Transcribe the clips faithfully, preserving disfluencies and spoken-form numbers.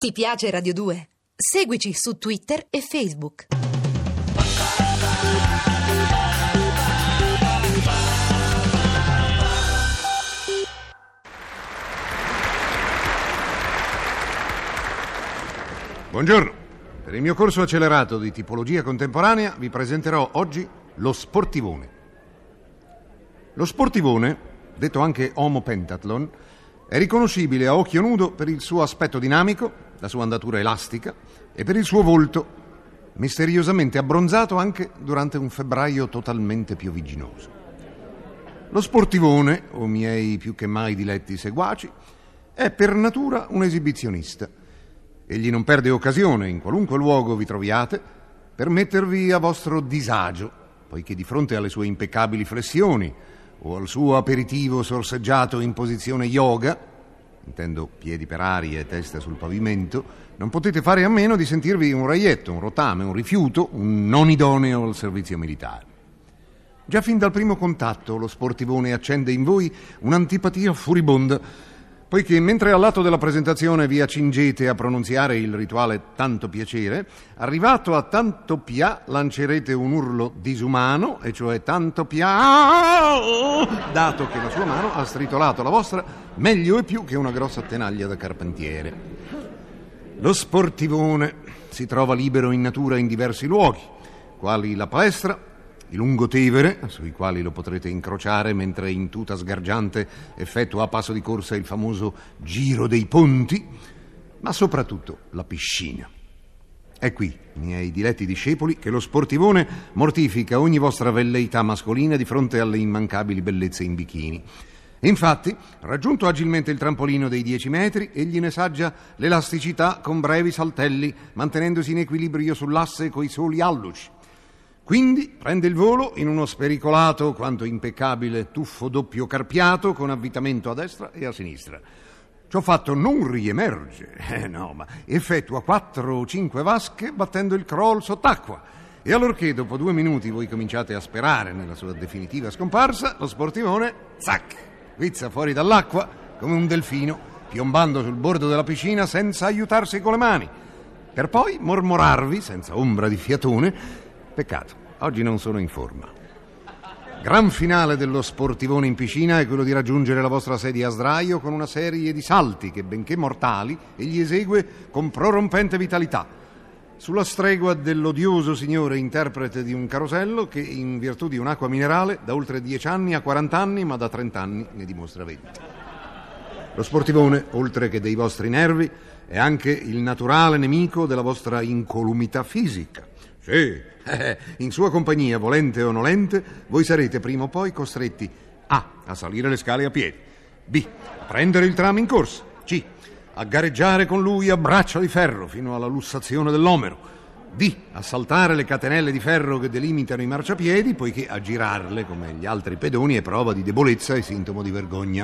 Ti piace Radio due? Seguici su Twitter e Facebook. Buongiorno. Per il mio corso accelerato di tipologia contemporanea vi presenterò oggi lo sportivone. Lo sportivone, detto anche Homo pentathlon, è riconoscibile a occhio nudo per il suo aspetto dinamico, la sua andatura elastica e per il suo volto, misteriosamente abbronzato anche durante un febbraio totalmente piovigginoso. Lo sportivone, o miei più che mai diletti seguaci, è per natura un esibizionista. Egli non perde occasione, in qualunque luogo vi troviate, per mettervi a vostro disagio, poiché di fronte alle sue impeccabili flessioni o al suo aperitivo sorseggiato in posizione yoga, intendo piedi per aria e testa sul pavimento, non potete fare a meno di sentirvi un reietto, un rotame, un rifiuto, un non idoneo al servizio militare. Già fin dal primo contatto lo sportivone accende in voi un'antipatia furibonda, poiché mentre al lato della presentazione vi accingete a pronunziare il rituale tanto piacere, arrivato a tanto pia lancerete un urlo disumano, e cioè tanto pia, dato che la sua mano ha stritolato la vostra meglio e più che una grossa tenaglia da carpentiere. Lo sportivone si trova libero in natura in diversi luoghi, quali la palestra, i lungotevere, sui quali lo potrete incrociare mentre in tuta sgargiante effettua a passo di corsa il famoso giro dei ponti, ma soprattutto la piscina. È qui, miei diletti discepoli, che lo sportivone mortifica ogni vostra velleità mascolina di fronte alle immancabili bellezze in bikini. Infatti, raggiunto agilmente il trampolino dei dieci metri, egli ne saggia l'elasticità con brevi saltelli, mantenendosi in equilibrio sull'asse coi soli alluci. Quindi prende il volo in uno spericolato quanto impeccabile tuffo doppio carpiato con avvitamento a destra e a sinistra. Ciò fatto non riemerge, eh no, ma effettua quattro o cinque vasche battendo il crawl sott'acqua. E allorché dopo due minuti voi cominciate a sperare nella sua definitiva scomparsa, lo sportivone, zac, guizza fuori dall'acqua come un delfino, piombando sul bordo della piscina senza aiutarsi con le mani, per poi mormorarvi, senza ombra di fiatone: peccato, oggi non sono in forma. Gran finale dello sportivone in piscina è quello di raggiungere la vostra sedia a sdraio con una serie di salti che, benché mortali, egli esegue con prorompente vitalità, sulla stregua dell'odioso signore interprete di un carosello che, in virtù di un'acqua minerale, da oltre dieci anni a quaranta anni, ma da trenta anni ne dimostra venti. Lo sportivone, oltre che dei vostri nervi, è anche il naturale nemico della vostra incolumità fisica. Sì, eh, in sua compagnia, volente o nolente, voi sarete prima o poi costretti A. a salire le scale a piedi, B. a prendere il tram in corsa, C. a gareggiare con lui a braccia di ferro fino alla lussazione dell'omero, D. a saltare le catenelle di ferro che delimitano i marciapiedi, poiché a girarle come gli altri pedoni è prova di debolezza e sintomo di vergogna.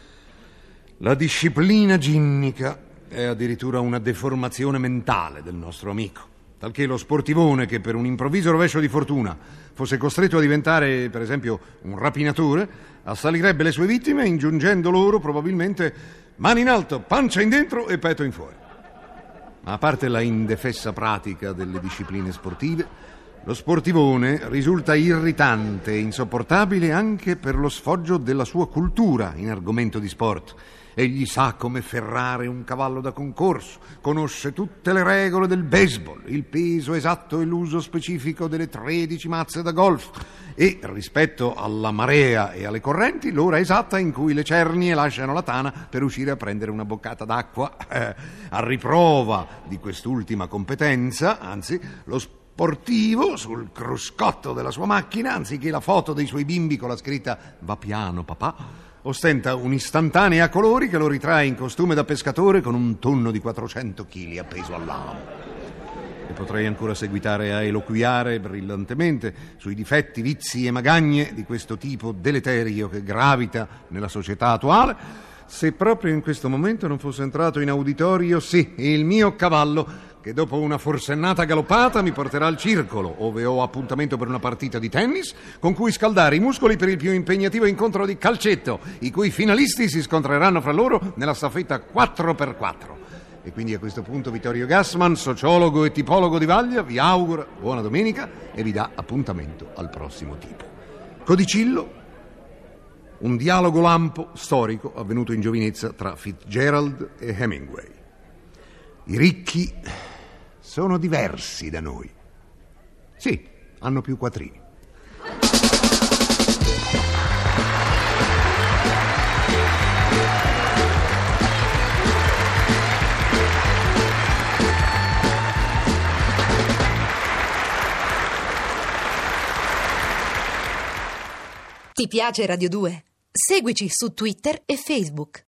La disciplina ginnica è addirittura una deformazione mentale del nostro amico, talché lo sportivone che per un improvviso rovescio di fortuna fosse costretto a diventare, per esempio, un rapinatore, assalirebbe le sue vittime ingiungendo loro probabilmente mani in alto, pancia in dentro e petto in fuori. Ma a parte la indefessa pratica delle discipline sportive, lo sportivone risulta irritante e insopportabile anche per lo sfoggio della sua cultura in argomento di sport. Egli sa come ferrare un cavallo da concorso, conosce tutte le regole del baseball, il peso esatto e l'uso specifico delle tredici mazze da golf e, rispetto alla marea e alle correnti, l'ora esatta in cui le cernie lasciano la tana per uscire a prendere una boccata d'acqua. Eh, a riprova di quest'ultima competenza, anzi, lo sportivo sul cruscotto della sua macchina, anziché la foto dei suoi bimbi con la scritta "Va piano, papà", ostenta un'istantanea a colori che lo ritrae in costume da pescatore con un tonno di quattrocento chili appeso all'amo. E potrei ancora seguitare a eloquiare brillantemente sui difetti, vizi e magagne di questo tipo deleterio che gravita nella società attuale, se proprio in questo momento non fosse entrato in auditorio, sì, il mio cavallo, che dopo una forsennata galoppata mi porterà al circolo, ove ho appuntamento per una partita di tennis, con cui scaldare i muscoli per il più impegnativo incontro di calcetto, i cui finalisti si scontreranno fra loro nella staffetta quattro per quattro. E quindi a questo punto Vittorio Gassman, sociologo e tipologo di Vaglia, vi augura buona domenica e vi dà appuntamento al prossimo tipo. Codicillo, un dialogo lampo storico avvenuto in giovinezza tra Fitzgerald e Hemingway. I ricchi sono diversi da noi. Sì, hanno più quattrini. Ti piace Radio due? Seguici su Twitter e Facebook.